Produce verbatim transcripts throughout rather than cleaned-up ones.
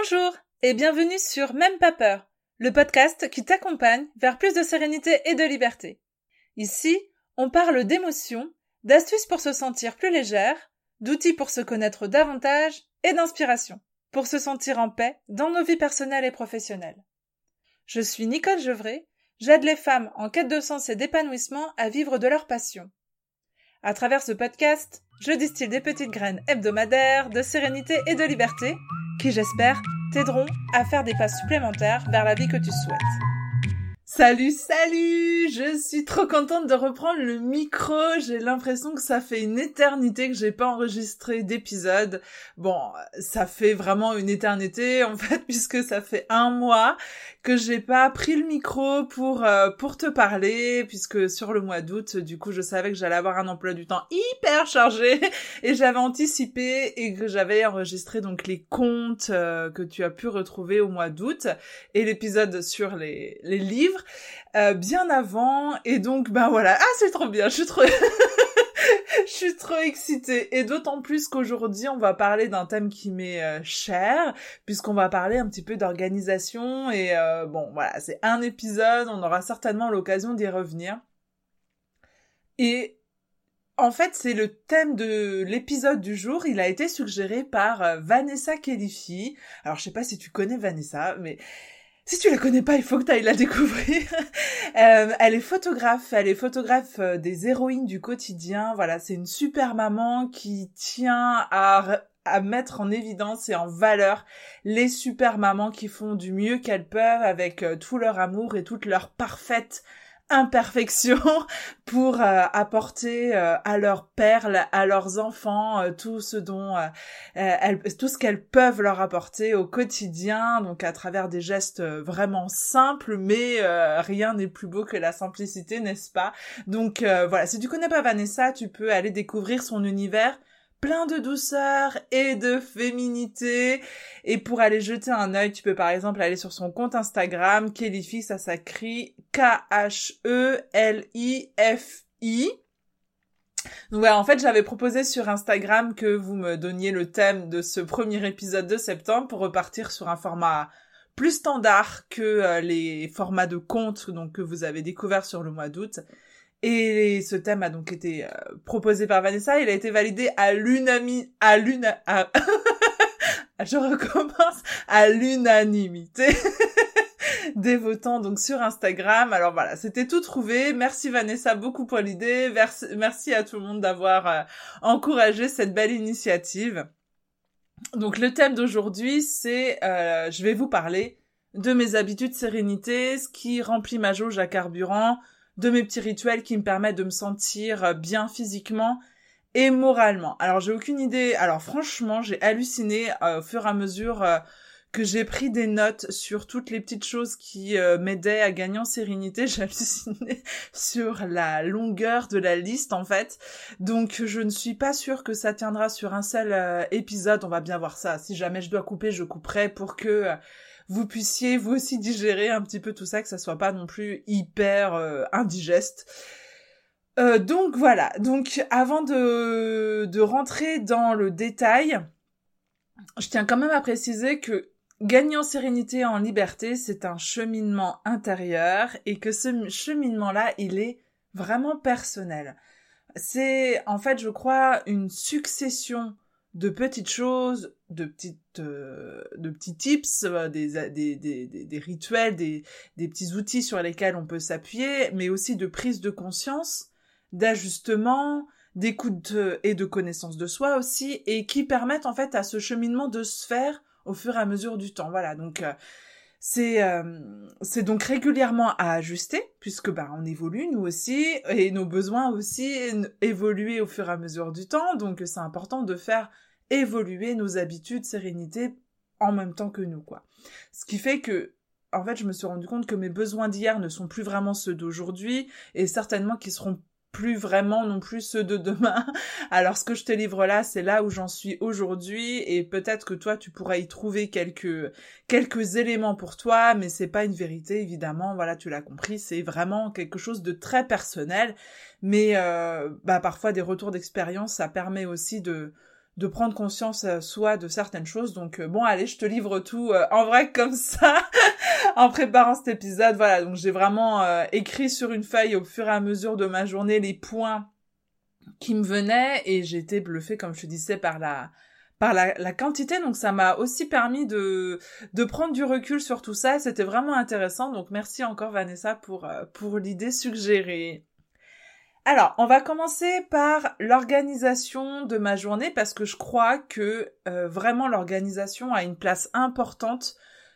Bonjour et bienvenue sur Même pas peur, le podcast qui t'accompagne vers plus de sérénité et de liberté. Ici, on parle d'émotions, d'astuces pour se sentir plus légère, d'outils pour se connaître davantage et d'inspiration pour se sentir en paix dans nos vies personnelles et professionnelles. Je suis Nicole Gevray, j'aide les femmes en quête de sens et d'épanouissement à vivre de leur passion. À travers ce podcast, je distille des petites graines hebdomadaires de sérénité et de liberté qui, j'espère, t'aideront à faire des pas supplémentaires vers la vie que tu souhaites. Salut, salut! Je suis trop contente de reprendre le micro. J'ai l'impression que ça fait une éternité que j'ai pas enregistré d'épisode. Bon, ça fait vraiment une éternité, en fait, puisque ça fait un mois que j'ai pas pris le micro pour euh, pour te parler, puisque sur le mois d'août, du coup, je savais que j'allais avoir un emploi du temps hyper chargé et j'avais anticipé et que j'avais enregistré donc les comptes euh, que tu as pu retrouver au mois d'août et l'épisode sur les les livres. Euh, bien avant, et donc ben voilà, ah c'est trop bien, je suis trop je suis trop excitée, et d'autant plus qu'aujourd'hui on va parler d'un thème qui m'est euh, cher, puisqu'on va parler un petit peu d'organisation, et euh, bon voilà, c'est un épisode, on aura certainement l'occasion d'y revenir, et en fait c'est le thème de l'épisode du jour, il a été suggéré par euh, Vanessa Khelify. Alors je sais pas si tu connais Vanessa, mais si tu la connais pas, il faut que tu ailles la découvrir. euh, elle est photographe, elle est photographe euh, des héroïnes du quotidien. Voilà, c'est une super maman qui tient à, à mettre en évidence et en valeur les super mamans qui font du mieux qu'elles peuvent avec euh, tout leur amour et toute leur parfaite imperfection pour euh, apporter euh, à leurs perles, à leurs enfants, euh, tout ce dont euh, elles, tout ce qu'elles peuvent leur apporter au quotidien, donc à travers des gestes euh, vraiment simples, mais euh, rien n'est plus beau que la simplicité, n'est-ce pas? Donc euh, voilà, si tu connais pas Vanessa, tu peux aller découvrir son univers plein de douceur et de féminité. Et pour aller jeter un œil, tu peux par exemple aller sur son compte Instagram, Khelify, ça s'écrit K H E L I F I. Donc ouais, en fait, j'avais proposé sur Instagram que vous me donniez le thème de ce premier épisode de septembre pour repartir sur un format plus standard que euh, les formats de compte donc que vous avez découvert sur le mois d'août. Et ce thème a donc été euh, proposé par Vanessa, il a été validé à l'unami... à l'una... à... je recommence, à l'unanimité des votants donc sur Instagram. Alors voilà, c'était tout trouvé. Merci Vanessa beaucoup pour l'idée. Merci, merci à tout le monde d'avoir euh, encouragé cette belle initiative. Donc le thème d'aujourd'hui, c'est, euh, je vais vous parler de mes habitudes sérénité, ce qui remplit ma jauge à carburant, de mes petits rituels qui me permettent de me sentir bien physiquement et moralement. Alors j'ai aucune idée, alors franchement j'ai halluciné euh, au fur et à mesure euh, que j'ai pris des notes sur toutes les petites choses qui euh, m'aidaient à gagner en sérénité. J'ai halluciné sur la longueur de la liste en fait, donc je ne suis pas sûre que ça tiendra sur un seul euh, épisode, on va bien voir ça. Si jamais je dois couper, je couperai pour que euh, vous puissiez vous aussi digérer un petit peu tout ça, que ça soit pas non plus hyper euh, indigeste. Euh, donc voilà, donc avant de, de rentrer dans le détail, je tiens quand même à préciser que gagner en sérénité et en liberté, c'est un cheminement intérieur et que ce cheminement-là, il est vraiment personnel. C'est en fait, je crois, une succession de petites choses, de petites, euh, de petits tips, euh, des, des, des, des, des rituels, des, des petits outils sur lesquels on peut s'appuyer, mais aussi de prise de conscience, d'ajustement, d'écoute et de connaissance de soi aussi, et qui permettent en fait à ce cheminement de se faire au fur et à mesure du temps. Voilà, donc euh, c'est euh, c'est donc régulièrement à ajuster, puisque bah on évolue nous aussi, et nos besoins aussi évoluent au fur et à mesure du temps, donc c'est important de faire évoluer nos habitudes sérénité en même temps que nous, quoi. Ce qui fait que en fait, je me suis rendu compte que mes besoins d'hier ne sont plus vraiment ceux d'aujourd'hui, et certainement qu'ils seront plus vraiment non plus ceux de demain. Alors ce que je te livre là, c'est là où j'en suis aujourd'hui, et peut-être que toi tu pourras y trouver quelques quelques éléments pour toi, mais c'est pas une vérité évidemment. Voilà, tu l'as compris, c'est vraiment quelque chose de très personnel, mais euh, bah parfois des retours d'expérience, ça permet aussi de de prendre conscience euh, soit de certaines choses. Donc euh, bon, allez, je te livre tout euh, en vrai comme ça en préparant cet épisode. Voilà, donc j'ai vraiment euh, écrit sur une feuille au fur et à mesure de ma journée les points qui me venaient et j'ai été bluffée, comme je te disais, par la par la, la quantité. Donc ça m'a aussi permis de de prendre du recul sur tout ça. C'était vraiment intéressant. Donc merci encore Vanessa pour euh, pour l'idée suggérée. Alors, on va commencer par l'organisation de ma journée parce que je crois que euh, vraiment l'organisation a une place importante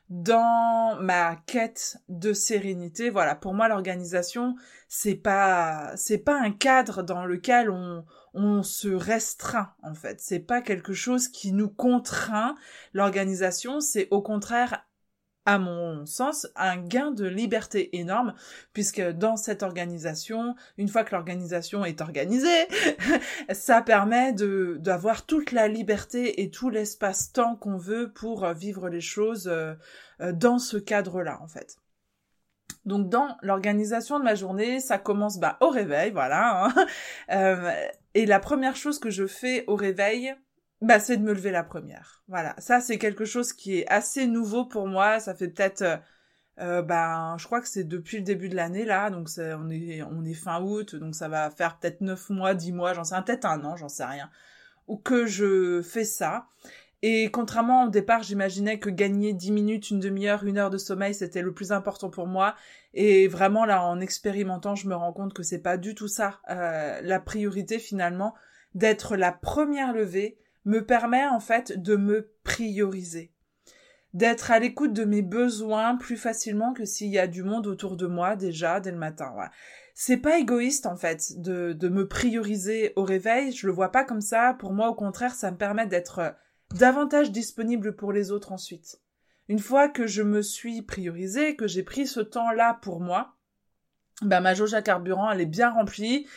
dans ma quête de sérénité. Voilà, pour moi l'organisation, c'est pas c'est pas un cadre dans lequel on on se restreint en fait. C'est pas quelque chose qui nous contraint. L'organisation, c'est au contraire, à mon sens, un gain de liberté énorme, puisque dans cette organisation, une fois que l'organisation est organisée, ça permet de d'avoir toute la liberté et tout l'espace-temps qu'on veut pour vivre les choses euh, dans ce cadre-là, en fait. Donc dans l'organisation de ma journée, ça commence bah, au réveil, voilà. Hein. Euh, et la première chose que je fais au réveil, bah c'est de me lever la première. Voilà, ça c'est quelque chose qui est assez nouveau pour moi. Ça fait peut-être, euh, euh, ben je crois que c'est depuis le début de l'année là, donc c'est, on est on est fin août, donc ça va faire peut-être neuf mois, dix mois, j'en sais rien, peut-être un an, j'en sais rien, ou que je fais ça. Et contrairement au départ, j'imaginais que gagner dix minutes, une demi-heure, une heure de sommeil, c'était le plus important pour moi. Et vraiment là, en expérimentant, je me rends compte que c'est pas du tout ça. Euh, la priorité finalement, d'être la première levée, me permet en fait de me prioriser, d'être à l'écoute de mes besoins plus facilement que s'il y a du monde autour de moi déjà dès le matin. Voilà. C'est pas égoïste en fait de, de me prioriser au réveil, je le vois pas comme ça. Pour moi au contraire, ça me permet d'être davantage disponible pour les autres ensuite. Une fois que je me suis priorisée, que j'ai pris ce temps-là pour moi, ben ma jauge à carburant elle est bien remplie.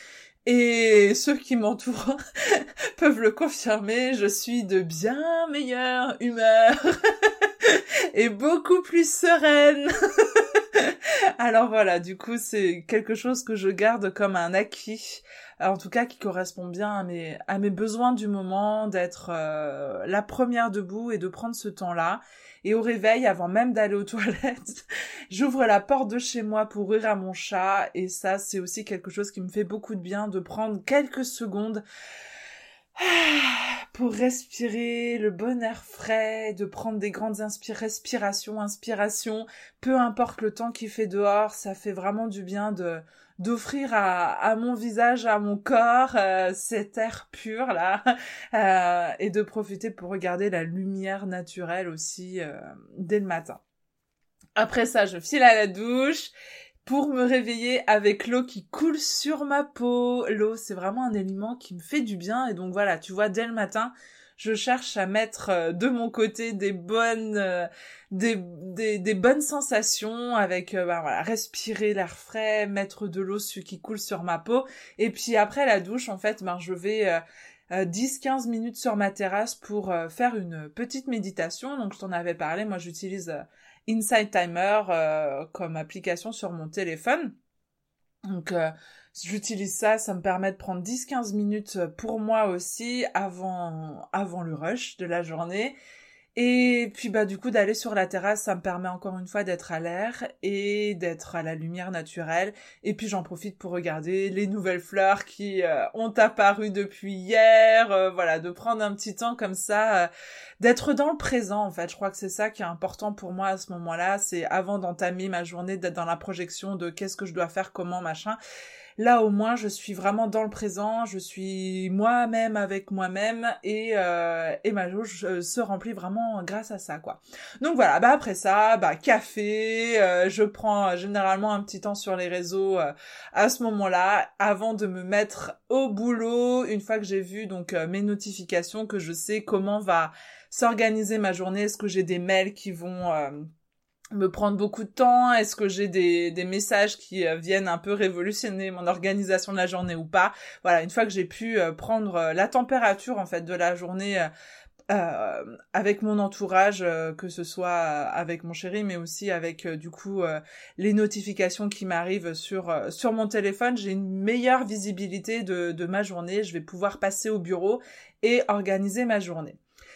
Et ceux qui m'entourent peuvent le confirmer, je suis de bien meilleure humeur et beaucoup plus sereine. Alors voilà, du coup, c'est quelque chose que je garde comme un acquis, en tout cas qui correspond bien à mes, à mes besoins du moment, d'être euh, la première debout et de prendre ce temps-là. Et au réveil, avant même d'aller aux toilettes, j'ouvre la porte de chez moi pour ouvrir à mon chat. Et ça, c'est aussi quelque chose qui me fait beaucoup de bien, de prendre quelques secondes pour respirer le bon air frais, de prendre des grandes inspir- respirations, inspirations. Peu importe le temps qu'il fait dehors, ça fait vraiment du bien de d'offrir à, à mon visage, à mon corps, euh, cet air pur là, euh, et de profiter pour regarder la lumière naturelle aussi euh, dès le matin. Après ça, je file à la douche pour me réveiller avec l'eau qui coule sur ma peau. L'eau, c'est vraiment un élément qui me fait du bien, et donc voilà, tu vois, dès le matin, je cherche à mettre de mon côté des bonnes, euh, des, des, des bonnes sensations avec, euh, ben voilà, respirer l'air frais, mettre de l'eau qui coule sur ma peau. Et puis après la douche, en fait, ben je vais euh, euh, dix à quinze minutes sur ma terrasse pour euh, faire une petite méditation. Donc je t'en avais parlé, moi j'utilise euh, Insight Timer euh, comme application sur mon téléphone. Donc euh, j'utilise ça, ça me permet de prendre dix à quinze minutes pour moi aussi avant avant le rush de la journée. Et puis bah du coup d'aller sur la terrasse, ça me permet encore une fois d'être à l'air et d'être à la lumière naturelle. Et puis j'en profite pour regarder les nouvelles fleurs qui euh, ont apparu depuis hier. Euh, voilà, de prendre un petit temps comme ça, euh, d'être dans le présent en fait. Je crois que c'est ça qui est important pour moi à ce moment-là. C'est avant d'entamer ma journée, d'être dans la projection de qu'est-ce que je dois faire, comment, machin. Là, au moins, je suis vraiment dans le présent, je suis moi-même avec moi-même et, euh, et ma jauge euh, se remplit vraiment grâce à ça, quoi. Donc voilà, bah après ça, bah café, euh, je prends généralement un petit temps sur les réseaux euh, à ce moment-là, avant de me mettre au boulot, une fois que j'ai vu donc euh, mes notifications, que je sais comment va s'organiser ma journée, est-ce que j'ai des mails qui vont... Euh, me prendre beaucoup de temps, est-ce que j'ai des, des messages qui euh, viennent un peu révolutionner mon organisation de la journée ou pas. Voilà, une fois que j'ai pu euh, prendre euh, la température en fait de la journée euh, euh, avec mon entourage, euh, que ce soit avec mon chéri, mais aussi avec euh, du coup euh, les notifications qui m'arrivent sur euh, sur mon téléphone, j'ai une meilleure visibilité de, de ma journée. Je vais pouvoir passer au bureau et organiser ma journée.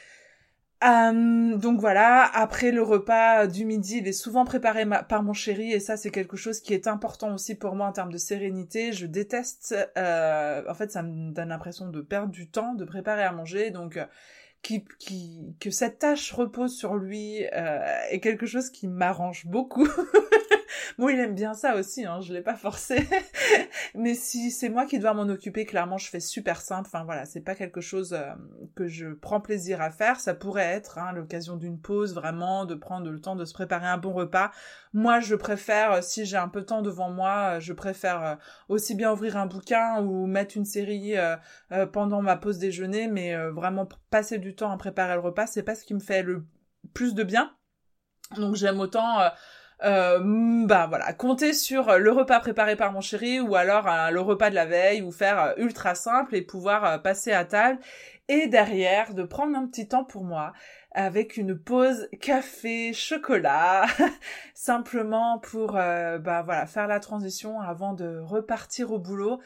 Euh, donc voilà, après le repas du midi, il est souvent préparé ma- par mon chéri et ça c'est quelque chose qui est important aussi pour moi en termes de sérénité. Je déteste, euh, en fait ça me donne l'impression de perdre du temps de préparer à manger, donc euh, qui, qui, que cette tâche repose sur lui euh, est quelque chose qui m'arrange beaucoup. Bon, il aime bien ça aussi, hein, je l'ai pas forcé. Mais si c'est moi qui dois m'en occuper, clairement, je fais super simple. Enfin voilà, c'est pas quelque chose euh, que je prends plaisir à faire. Ça pourrait être hein, l'occasion d'une pause, vraiment, de prendre le temps de se préparer un bon repas. Moi, je préfère, euh, si j'ai un peu de temps devant moi, euh, je préfère euh, aussi bien ouvrir un bouquin ou mettre une série euh, euh, pendant ma pause déjeuner, mais euh, vraiment passer du temps à préparer le repas, c'est pas ce qui me fait le plus de bien. Donc j'aime autant... Euh, Euh, bah voilà, compter sur le repas préparé par mon chéri ou alors euh, le repas de la veille ou faire euh, ultra simple et pouvoir euh, passer à table et derrière de prendre un petit temps pour moi avec une pause café, chocolat, simplement pour euh, bah voilà, faire la transition avant de repartir au boulot.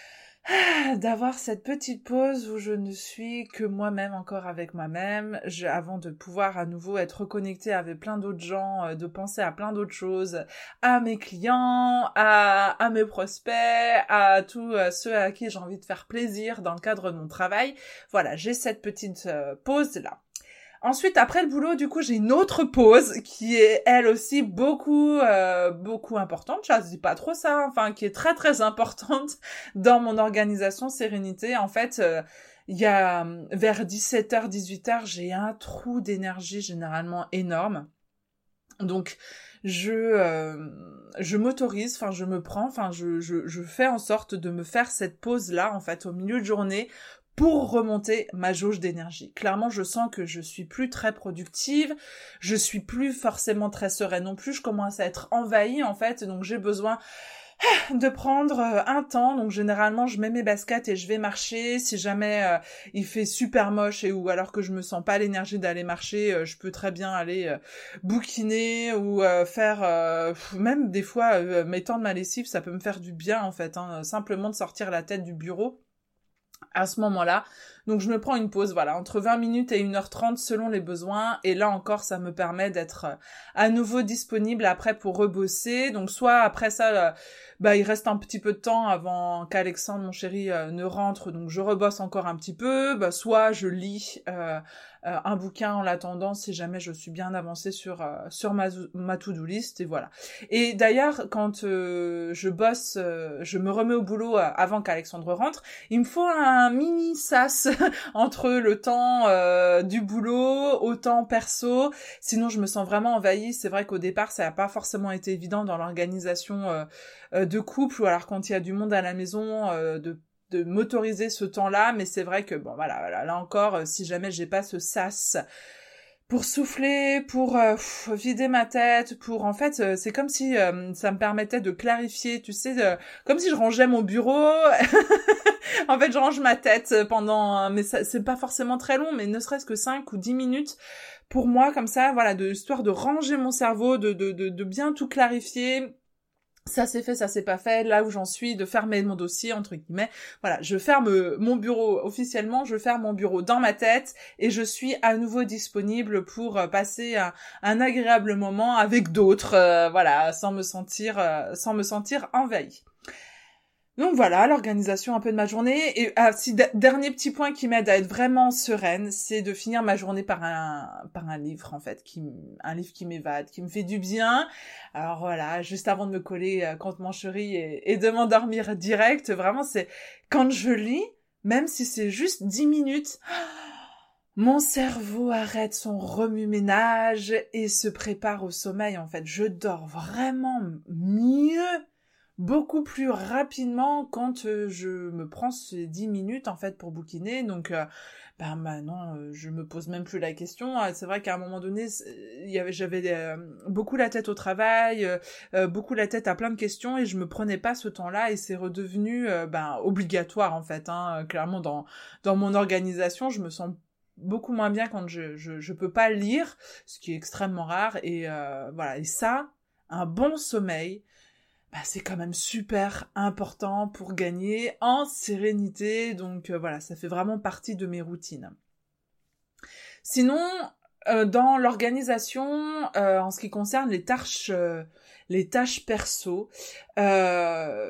D'avoir cette petite pause où je ne suis que moi-même encore avec moi-même, je, avant de pouvoir à nouveau être reconnectée avec plein d'autres gens, euh, de penser à plein d'autres choses, à mes clients, à, à mes prospects, à tous euh, ceux à qui j'ai envie de faire plaisir dans le cadre de mon travail. Voilà, j'ai cette petite euh, pause-là. Ensuite, après le boulot, du coup, j'ai une autre pause qui est, elle aussi, beaucoup, euh, beaucoup importante. Je ne dis pas trop ça, enfin, qui est très, très importante dans mon organisation sérénité. En fait, euh, il y a vers dix-sept heures, dix-huit heures, j'ai un trou d'énergie généralement énorme. Donc, je, euh, je m'autorise, enfin, je me prends, enfin, je, je, je fais en sorte de me faire cette pause-là, en fait, au milieu de journée, pour remonter ma jauge d'énergie. Clairement, je sens que je suis plus très productive, je suis plus forcément très sereine non plus, je commence à être envahie en fait, donc j'ai besoin de prendre un temps. Donc généralement, je mets mes baskets et je vais marcher. Si jamais euh, il fait super moche et ou alors que je me sens pas l'énergie d'aller marcher, euh, je peux très bien aller euh, bouquiner ou euh, faire euh, même des fois euh, m'étendre ma lessive, ça peut me faire du bien en fait, hein, simplement de sortir la tête du bureau à ce moment-là. Donc je me prends une pause, voilà, entre vingt minutes et une heure trente selon les besoins. Et là encore, ça me permet d'être euh, à nouveau disponible après pour rebosser. Donc soit après ça, euh, bah il reste un petit peu de temps avant qu'Alexandre, mon chéri, euh, ne rentre. Donc je rebosse encore un petit peu. Bah soit je lis euh, euh, un bouquin en l'attendant si jamais je suis bien avancée sur euh, sur ma, ma to-do list. Et voilà. Et d'ailleurs, quand euh, je bosse, euh, je me remets au boulot euh, avant qu'Alexandre rentre, il me faut un mini sas entre le temps euh, du boulot au temps perso, sinon je me sens vraiment envahie. C'est vrai qu'au départ ça n'a pas forcément été évident dans l'organisation euh, euh, de couple ou alors quand il y a du monde à la maison euh, de de m'autoriser ce temps-là, mais c'est vrai que bon voilà, voilà là encore euh, si jamais j'ai pas ce sas pour souffler, pour euh, pff, vider ma tête, pour en fait euh, c'est comme si euh, ça me permettait de clarifier, tu sais, euh, comme si je rangeais mon bureau. En fait, je range ma tête pendant, mais ça, c'est pas forcément très long, mais ne serait-ce que cinq ou dix minutes pour moi, comme ça, voilà, de histoire de ranger mon cerveau, de, de, de, de bien tout clarifier. Ça c'est fait, ça c'est pas fait, là où j'en suis, de fermer mon dossier, entre guillemets. Voilà, je ferme mon bureau officiellement, je ferme mon bureau dans ma tête et je suis à nouveau disponible pour passer un, un agréable moment avec d'autres, euh, voilà, sans me sentir, euh, sans me sentir envahie. Donc voilà, l'organisation un peu de ma journée. Et ah, si, d- dernier petit point qui m'aide à être vraiment sereine, c'est de finir ma journée par un par un livre en fait, qui un livre qui m'évade, qui me fait du bien. Alors voilà, juste avant de me coller euh, contre mon chéri et, et de m'endormir direct, vraiment c'est quand je lis, même si c'est juste dix minutes, mon cerveau arrête son remue-ménage et se prépare au sommeil en fait. Je dors vraiment mieux, beaucoup plus rapidement quand euh, je me prends ces dix minutes en fait pour bouquiner. Donc euh, ben maintenant euh, je me pose même plus la question. Euh, c'est vrai qu'à un moment donné il y avait j'avais euh, beaucoup la tête au travail, euh, euh, beaucoup la tête à plein de questions et je me prenais pas ce temps-là et c'est redevenu euh, ben obligatoire en fait, hein. Clairement dans dans mon organisation, je me sens beaucoup moins bien quand je, je, je peux pas lire, ce qui est extrêmement rare. Et euh, voilà. Et ça, un bon sommeil, bah, c'est quand même super important pour gagner en sérénité. Donc euh, voilà, ça fait vraiment partie de mes routines. Sinon, euh, dans l'organisation, euh, en ce qui concerne les tâches, euh, les tâches perso, euh,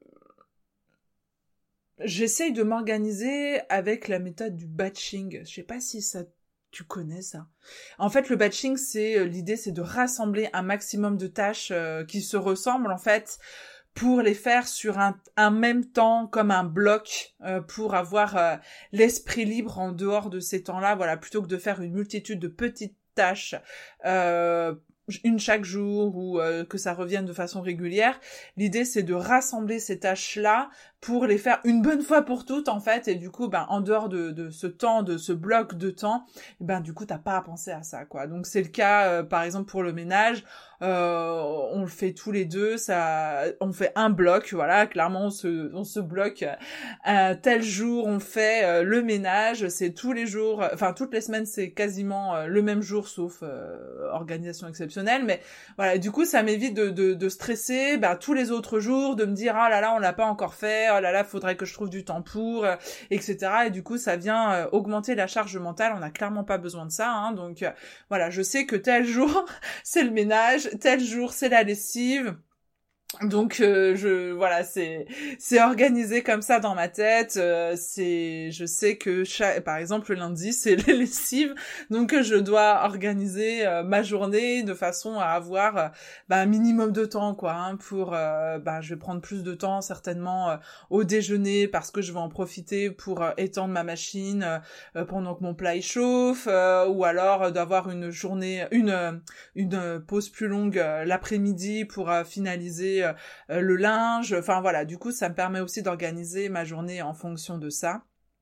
j'essaye de m'organiser avec la méthode du batching. Je sais pas si ça, tu connais ça. En fait, le batching, c'est l'idée, c'est de rassembler un maximum de tâches euh, qui se ressemblent en fait, pour les faire sur un, un même temps, comme un bloc, euh, pour avoir euh, l'esprit libre en dehors de ces temps-là. Voilà, plutôt que de faire une multitude de petites tâches. Euh, une chaque jour ou euh, que ça revienne de façon régulière. L'idée, c'est de rassembler ces tâches-là pour les faire une bonne fois pour toutes, en fait. Et du coup, ben, en dehors de, de ce temps, de ce bloc de temps, ben, du coup, t'as pas à penser à ça, quoi. Donc, c'est le cas, euh, par exemple, pour le ménage. Euh, on le fait tous les deux, ça, on fait un bloc, voilà, clairement, on se, on se bloque. Euh, tel jour, on fait euh, le ménage, c'est tous les jours, enfin, toutes les semaines, c'est quasiment euh, le même jour, sauf euh, organisation exceptionnelle. Mais voilà, du coup, ça m'évite de, de, de stresser, bah, tous les autres jours, de me dire, ah là là, on l'a pas encore fait, oh là là, faudrait que je trouve du temps pour, euh, et cetera. Et du coup, ça vient euh, augmenter la charge mentale. On n'a clairement pas besoin de ça, hein. Donc, euh, voilà, je sais que tel jour, c'est le ménage, tel jour, c'est la lessive. Donc euh, je voilà, c'est c'est organisé comme ça dans ma tête. Euh, c'est je sais que chaque, par exemple le lundi c'est les lessives, donc euh, je dois organiser euh, ma journée de façon à avoir euh, bah, un minimum de temps quoi, hein, pour euh, bah je vais prendre plus de temps certainement euh, au déjeuner parce que je vais en profiter pour euh, étendre ma machine euh, pendant que mon plat il chauffe, euh, ou alors euh, d'avoir une journée une euh, une pause plus longue euh, l'après-midi pour euh, finaliser Euh, le linge, enfin voilà, du coup ça me permet aussi d'organiser ma journée en fonction de ça.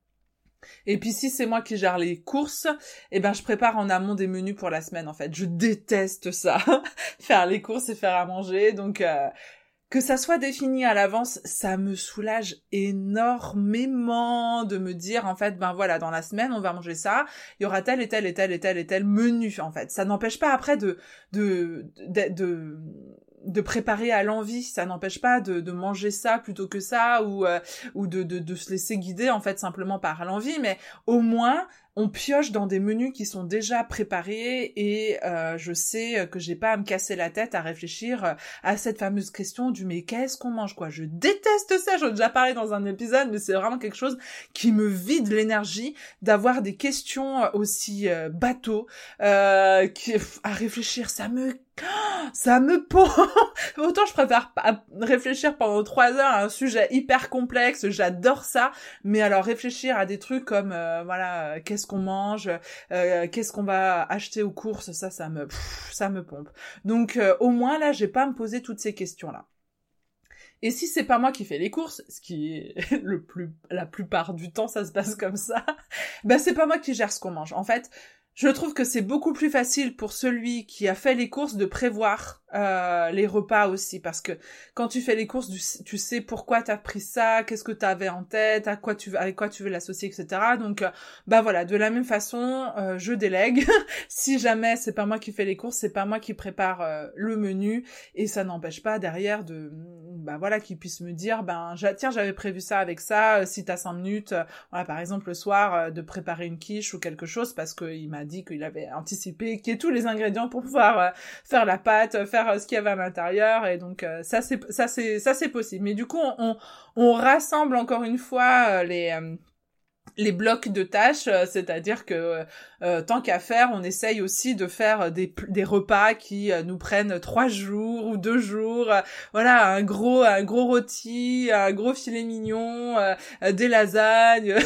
Et puis si c'est moi qui gère les courses, eh ben je prépare en amont des menus pour la semaine en fait. Je déteste ça, faire les courses et faire à manger, donc euh, que ça soit défini à l'avance, ça me soulage énormément de me dire en fait ben voilà, dans la semaine on va manger ça, il y aura tel et tel et tel et tel et tel menu en fait. Ça n'empêche pas après de de de, de de préparer à l'envie, ça n'empêche pas de, de manger ça plutôt que ça, ou euh, ou de, de de se laisser guider en fait simplement par l'envie, mais au moins on pioche dans des menus qui sont déjà préparés et euh, je sais que j'ai pas à me casser la tête à réfléchir à cette fameuse question du mais qu'est-ce qu'on mange quoi. Je déteste ça, j'en ai déjà parlé dans un épisode, mais c'est vraiment quelque chose qui me vide l'énergie d'avoir des questions aussi euh, bateaux euh, qui, à réfléchir, ça me ça me pend. Autant je préfère pas réfléchir pendant trois heures à un sujet hyper complexe, j'adore ça, mais alors réfléchir à des trucs comme euh, voilà, qu'est-ce qu'on mange, euh, qu'est-ce qu'on va acheter aux courses, ça ça me pff, ça me pompe. Donc euh, au moins là, j'ai pas à me poser toutes ces questions-là. Et si c'est pas moi qui fais les courses, ce qui est le plus la plupart du temps ça se passe comme ça, ben c'est pas moi qui gère ce qu'on mange. En fait, je trouve que c'est beaucoup plus facile pour celui qui a fait les courses de prévoir euh, les repas aussi, parce que quand tu fais les courses, tu, tu sais pourquoi t'as pris ça, qu'est-ce que t'avais en tête, à quoi tu veux, avec quoi tu veux l'associer, et cetera. Donc, euh, bah voilà, de la même façon, euh, je délègue. Si jamais c'est pas moi qui fais les courses, c'est pas moi qui prépare euh, le menu, et ça n'empêche pas derrière de, bah voilà, qu'ils puissent me dire, ben tiens, j'avais prévu ça avec ça. Euh, si t'as cinq minutes, euh, voilà, par exemple le soir, euh, de préparer une quiche ou quelque chose, parce qu'il m'a dit qu'il avait anticipé qu'il y ait tous les ingrédients pour pouvoir euh, faire la pâte, faire euh, ce qu'il y avait à l'intérieur, et donc euh, ça c'est ça c'est ça c'est possible. Mais du coup on on, on rassemble encore une fois euh, les euh, les blocs de tâches, euh, c'est-à-dire que euh, tant qu'à faire, on essaye aussi de faire des des repas qui euh, nous prennent trois jours ou deux jours. Euh, voilà, un gros un gros rôti, un gros filet mignon, euh, euh, des lasagnes.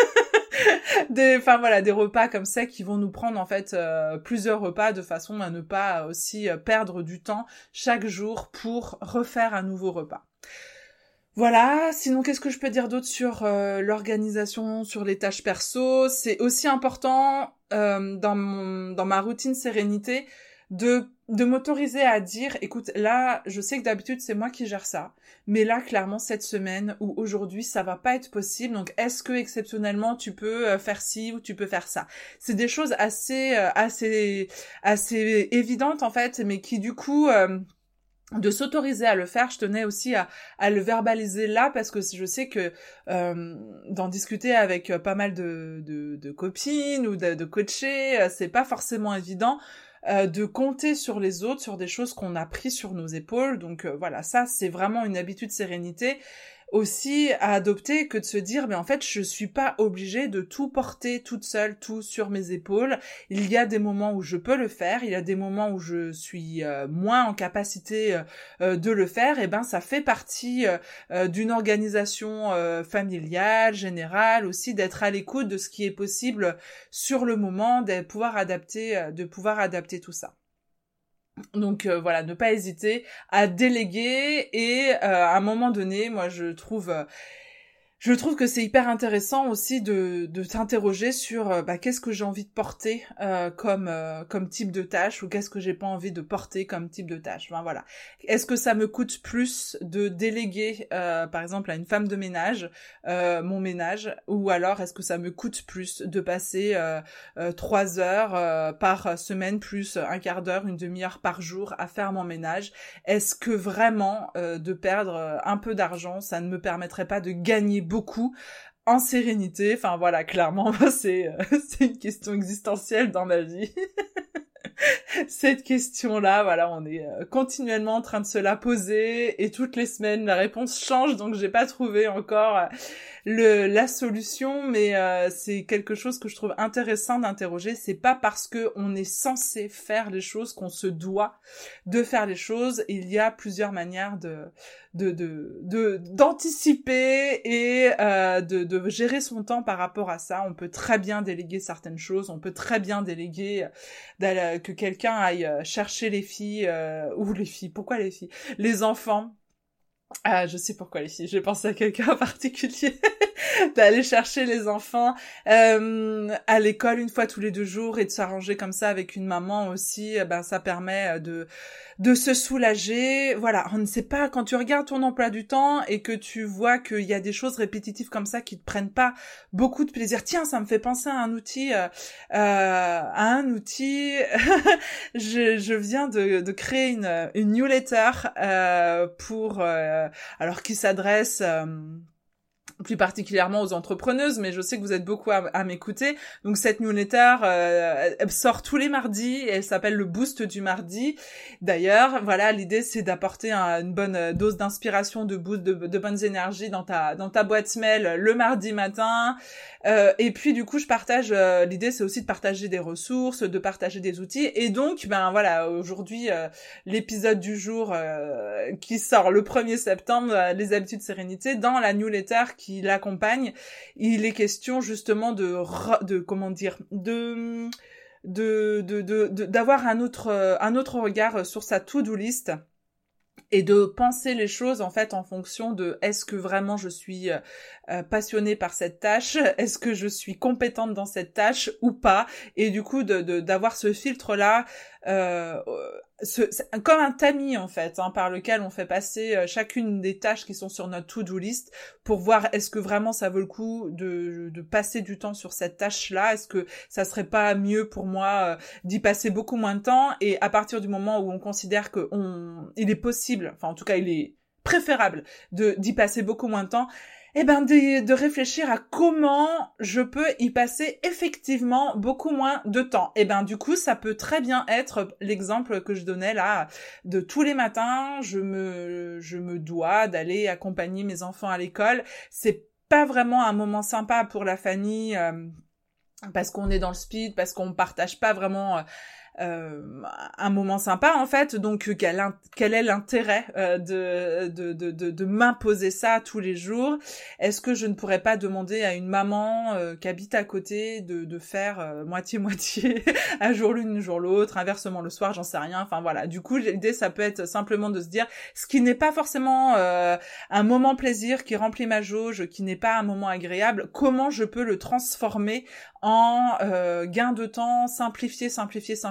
des enfin voilà, des repas comme ça qui vont nous prendre en fait euh, plusieurs repas, de façon à ne pas aussi euh, perdre du temps chaque jour pour refaire un nouveau repas. Voilà, sinon qu'est-ce que je peux dire d'autre sur euh, l'organisation, sur les tâches perso. C'est aussi important euh, dans mon dans ma routine sérénité de de m'autoriser à dire, écoute, là, je sais que d'habitude, c'est moi qui gère ça, mais là, clairement, cette semaine ou aujourd'hui, ça va pas être possible, donc est-ce que, exceptionnellement, tu peux faire ci ou tu peux faire ça? C'est des choses assez, assez, assez évidentes, en fait, mais qui, du coup... Euh, de s'autoriser à le faire, je tenais aussi à, à le verbaliser là parce que je sais que euh, d'en discuter avec pas mal de, de, de copines ou de, de coachés, c'est pas forcément évident euh, de compter sur les autres, sur des choses qu'on a pris sur nos épaules. Donc euh, voilà, ça c'est vraiment une habitude sérénité aussi à adopter que de se dire mais en fait je suis pas obligée de tout porter toute seule, tout sur mes épaules. Il y a des moments où je peux le faire, il y a des moments où je suis euh, moins en capacité euh, de le faire, et ben ça fait partie euh, d'une organisation euh, familiale, générale aussi, d'être à l'écoute de ce qui est possible sur le moment, de pouvoir adapter, de pouvoir adapter tout ça. Donc euh, voilà, ne pas hésiter à déléguer et euh, à un moment donné, moi je trouve euh, je trouve que c'est hyper intéressant aussi de, de t'interroger sur euh, bah, qu'est-ce que j'ai envie de porter euh, comme euh, comme type de tâche ou qu'est-ce que j'ai pas envie de porter comme type de tâche. Enfin, voilà. Est-ce que ça me coûte plus de déléguer, euh, par exemple, à une femme de ménage euh, mon ménage, ou alors est-ce que ça me coûte plus de passer euh, euh, trois heures euh, par semaine plus un quart d'heure, une demi-heure par jour à faire mon ménage? Est-ce que vraiment euh, de perdre un peu d'argent, ça ne me permettrait pas de gagner beaucoup en sérénité? Enfin voilà, clairement, c'est euh, c'est une question existentielle dans ma vie. Cette question-là, voilà, on est euh, continuellement en train de se la poser et toutes les semaines la réponse change, donc j'ai pas trouvé encore euh, le la solution, mais euh, c'est quelque chose que je trouve intéressant d'interroger. C'est pas parce que on est censé faire les choses qu'on se doit de faire les choses. Il y a plusieurs manières de de de, de d'anticiper et euh, de de gérer son temps par rapport à ça. On peut très bien déléguer certaines choses, on peut très bien déléguer euh, que quelqu'un aille chercher les filles euh, ou les filles, pourquoi les filles, les enfants. Ah, je sais pourquoi les filles, j'ai pensé à quelqu'un en particulier. D'aller chercher les enfants euh, à l'école une fois tous les deux jours et de s'arranger comme ça avec une maman aussi, ben ça permet de de se soulager. Voilà, on ne sait pas, quand tu regardes ton emploi du temps et que tu vois qu'il y a des choses répétitives comme ça qui te prennent pas beaucoup de plaisir. Tiens, ça me fait penser à un outil, euh, à un outil. je, je viens de, de créer une, une newsletter euh, pour, euh, alors qui s'adresse euh, plus particulièrement aux entrepreneuses, mais je sais que vous êtes beaucoup à, à m'écouter. Donc cette newsletter euh, elle sort tous les mardis et elle s'appelle le Boost du mardi. D'ailleurs, voilà, l'idée c'est d'apporter un, une bonne dose d'inspiration, de boost, de, de bonnes énergies dans ta dans ta boîte mail le mardi matin. Euh, et puis du coup, je partage. Euh, l'idée c'est aussi de partager des ressources, de partager des outils. Et donc, ben voilà, aujourd'hui euh, l'épisode du jour euh, qui sort le premier septembre, euh, les habitudes sérénité, dans la newsletter qui l'accompagne, il est question justement de de comment dire de de de de d'avoir un autre un autre regard sur sa to-do list et de penser les choses en fait en fonction de est-ce que vraiment je suis euh, passionnée par cette tâche, est-ce que je suis compétente dans cette tâche ou pas, et du coup de, de d'avoir ce filtre là euh, ce, c'est comme un tamis en fait hein, par lequel on fait passer euh, chacune des tâches qui sont sur notre to-do list pour voir est-ce que vraiment ça vaut le coup de, de passer du temps sur cette tâche là, est-ce que ça serait pas mieux pour moi euh, d'y passer beaucoup moins de temps, et à partir du moment où on considère que on il est possible, enfin en tout cas il est préférable de d'y passer beaucoup moins de temps, eh ben de, de réfléchir à comment je peux y passer effectivement beaucoup moins de temps. Eh ben du coup, ça peut très bien être l'exemple que je donnais là, de tous les matins, je me je me dois d'aller accompagner mes enfants à l'école. C'est pas vraiment un moment sympa pour la famille euh, parce qu'on est dans le speed, parce qu'on partage pas vraiment euh, Euh, un moment sympa en fait, donc quel, quel est l'intérêt euh, de, de, de, de, de m'imposer ça tous les jours? Est-ce que je ne pourrais pas demander à une maman euh, qui habite à côté de, de faire euh, moitié-moitié, un jour l'une, un jour l'autre, inversement le soir, j'en sais rien, enfin voilà. Du coup, l'idée, ça peut être simplement de se dire, ce qui n'est pas forcément euh, un moment plaisir qui remplit ma jauge, qui n'est pas un moment agréable, comment je peux le transformer en euh, gain de temps, simplifier, simplifier, simplifier,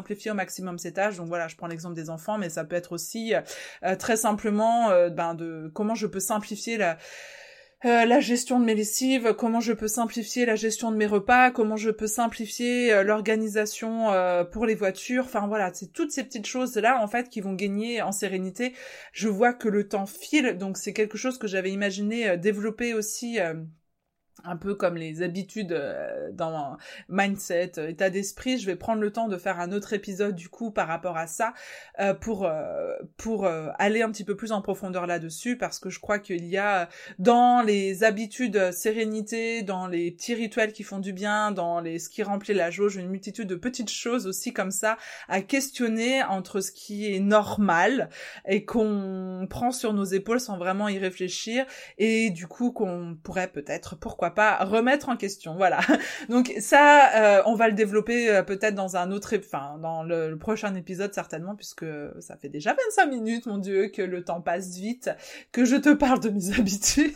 simplifier au maximum ces tâches. Donc voilà, je prends l'exemple des enfants, mais ça peut être aussi euh, très simplement euh, ben de comment je peux simplifier la Euh, la gestion de mes lessives, comment je peux simplifier la gestion de mes repas, comment je peux simplifier euh, l'organisation euh, pour les voitures. Enfin voilà, c'est toutes ces petites choses-là en fait qui vont gagner en sérénité. Je vois que le temps file, donc c'est quelque chose que j'avais imaginé euh, développer aussi... Euh, un peu comme les habitudes euh, dans mindset, euh, état d'esprit. Je vais prendre le temps de faire un autre épisode du coup par rapport à ça euh, pour euh, pour euh, aller un petit peu plus en profondeur là-dessus, parce que je crois qu'il y a dans les habitudes euh, sérénité, dans les petits rituels qui font du bien, dans les ce qui remplit la jauge, une multitude de petites choses aussi comme ça à questionner entre ce qui est normal et qu'on prend sur nos épaules sans vraiment y réfléchir, et du coup qu'on pourrait peut-être, pourquoi pas, remettre en question. Voilà. Donc ça, euh, on va le développer euh, peut-être dans un autre, enfin dans le, le prochain épisode certainement, puisque ça fait déjà vingt-cinq minutes, mon Dieu, que le temps passe vite, que je te parle de mes habitudes.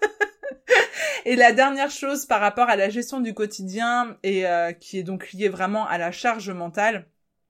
Et la dernière chose par rapport à la gestion du quotidien, et euh, qui est donc liée vraiment à la charge mentale,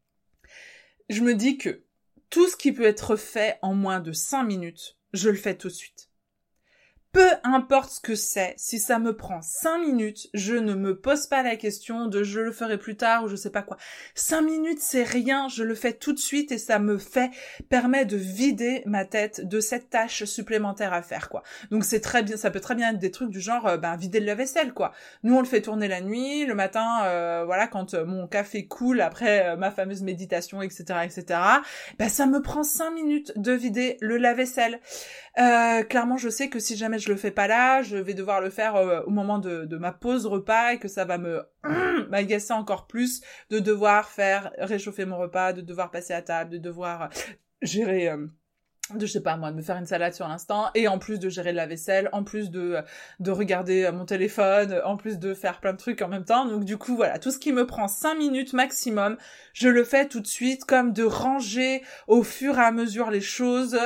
je me dis que tout ce qui peut être fait en moins de cinq minutes, je le fais tout de suite. Peu importe ce que c'est, si ça me prend cinq minutes, je ne me pose pas la question de je le ferai plus tard ou je sais pas quoi. cinq minutes, c'est rien, je le fais tout de suite et ça me fait, permet de vider ma tête de cette tâche supplémentaire à faire, quoi. Donc c'est très bien, ça peut très bien être des trucs du genre, euh, ben, vider le lave-vaisselle, quoi. Nous, on le fait tourner la nuit, le matin, euh, voilà, quand euh, mon café coule après euh, ma fameuse méditation, et cetera, et cetera, ben, ça me prend cinq minutes de vider le lave-vaisselle. Euh, clairement, je sais que si jamais je le fais pas là, je vais devoir le faire euh, au moment de, de ma pause repas et que ça va me m'agacer encore plus de devoir faire réchauffer mon repas, de devoir passer à table, de devoir gérer... Euh, de je sais pas moi, de me faire une salade sur l'instant, et en plus de gérer la vaisselle, en plus de de regarder mon téléphone, en plus de faire plein de trucs en même temps. Donc du coup voilà, tout ce qui me prend cinq minutes maximum, je le fais tout de suite, comme de ranger au fur et à mesure les choses.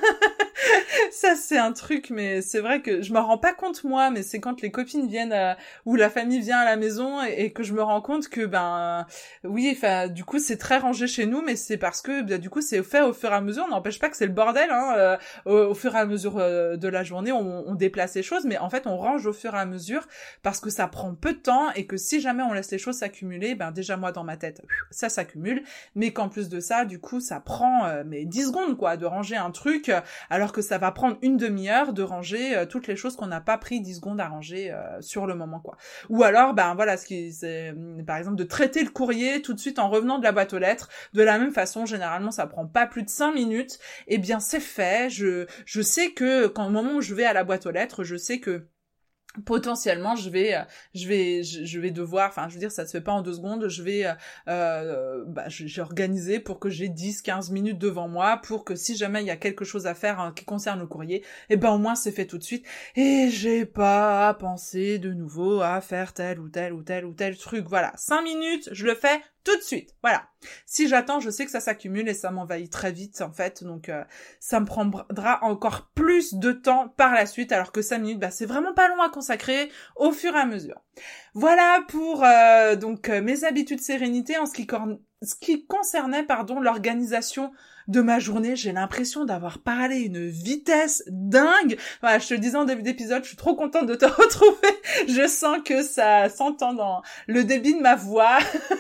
Ça c'est un truc, mais c'est vrai que je m'en rends pas compte moi, mais c'est quand les copines viennent euh, ou la famille vient à la maison et, et que je me rends compte que ben euh, oui, enfin du coup c'est très rangé chez nous, mais c'est parce que ben, du coup c'est fait au fur et à mesure. On n'empêche pas que c'est le bordel. Hein, euh, au, au fur et à mesure euh, de la journée, on, on déplace les choses, mais en fait, on range au fur et à mesure parce que ça prend peu de temps et que si jamais on laisse les choses s'accumuler, ben déjà moi dans ma tête, ça s'accumule, mais qu'en plus de ça, du coup, ça prend euh, mais dix secondes quoi de ranger un truc, alors que ça va prendre une demi-heure de ranger euh, toutes les choses qu'on n'a pas pris dix secondes à ranger euh, sur le moment quoi. Ou alors, ben voilà, ce qui c'est par exemple de traiter le courrier tout de suite en revenant de la boîte aux lettres. De la même façon, généralement, ça prend pas plus de cinq minutes. Et bien c'est fait, je je sais que quand au moment où je vais à la boîte aux lettres, je sais que potentiellement je vais je vais je vais devoir, enfin je veux dire ça se fait pas en deux secondes, je vais euh, bah j'ai organisé pour que j'ai dix quinze minutes devant moi pour que si jamais il y a quelque chose à faire hein, qui concerne le courrier, et ben au moins c'est fait tout de suite et j'ai pas à penser de nouveau à faire tel ou tel ou tel ou tel truc. Voilà, cinq minutes, je le fais tout de suite. Voilà. Si j'attends, je sais que ça s'accumule et ça m'envahit très vite en fait, donc euh, ça me prendra encore plus de temps par la suite, alors que cinq minutes, bah c'est vraiment pas long à consacrer au fur et à mesure. Voilà pour euh, donc euh, mes habitudes sérénité en ce qui, cor- ce qui concernait pardon l'organisation de ma journée. J'ai l'impression d'avoir parlé une vitesse dingue. Voilà, je te le disais en début d'épisode, je suis trop contente de te retrouver. Je sens que ça s'entend dans le débit de ma voix.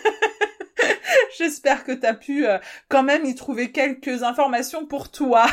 J'espère que t'as pu euh, quand même y trouver quelques informations pour toi.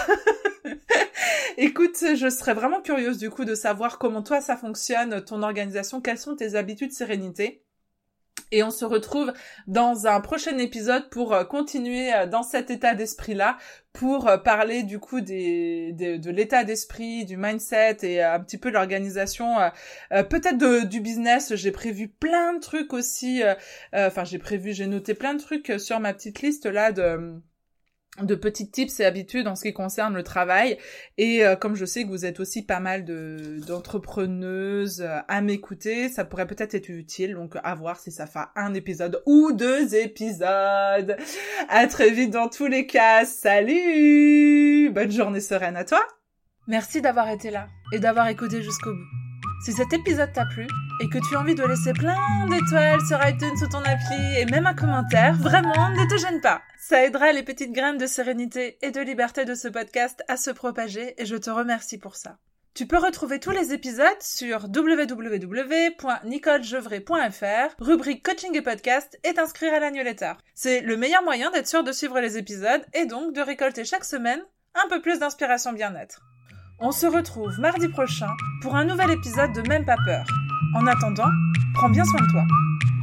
Écoute, je serais vraiment curieuse du coup de savoir comment toi ça fonctionne, ton organisation, quelles sont tes habitudes sérénité. Et on se retrouve dans un prochain épisode pour continuer dans cet état d'esprit-là, pour parler du coup des, des de l'état d'esprit, du mindset et un petit peu de l'organisation, euh, peut-être de, du business. J'ai prévu plein de trucs aussi, euh, enfin j'ai prévu, j'ai noté plein de trucs sur ma petite liste là de... de petits tips et habitudes en ce qui concerne le travail. Et euh, comme je sais que vous êtes aussi pas mal de d'entrepreneuses euh, à m'écouter, ça pourrait peut-être être utile, donc à voir si ça fait un épisode ou deux épisodes. À très vite dans tous les cas, salut! Bonne journée sereine à toi! Merci d'avoir été là et d'avoir écouté jusqu'au bout. Si cet épisode t'a plu, et que tu as envie de laisser plein d'étoiles sur iTunes ou ton appli et même un commentaire, vraiment, ne te gêne pas. Ça aidera les petites graines de sérénité et de liberté de ce podcast à se propager et je te remercie pour ça. Tu peux retrouver tous les épisodes sur w w w point nicole gevray point f r, rubrique coaching et podcast, et t'inscrire à la newsletter. C'est le meilleur moyen d'être sûr de suivre les épisodes et donc de récolter chaque semaine un peu plus d'inspiration bien-être. On se retrouve mardi prochain pour un nouvel épisode de Même pas peur. En attendant, prends bien soin de toi.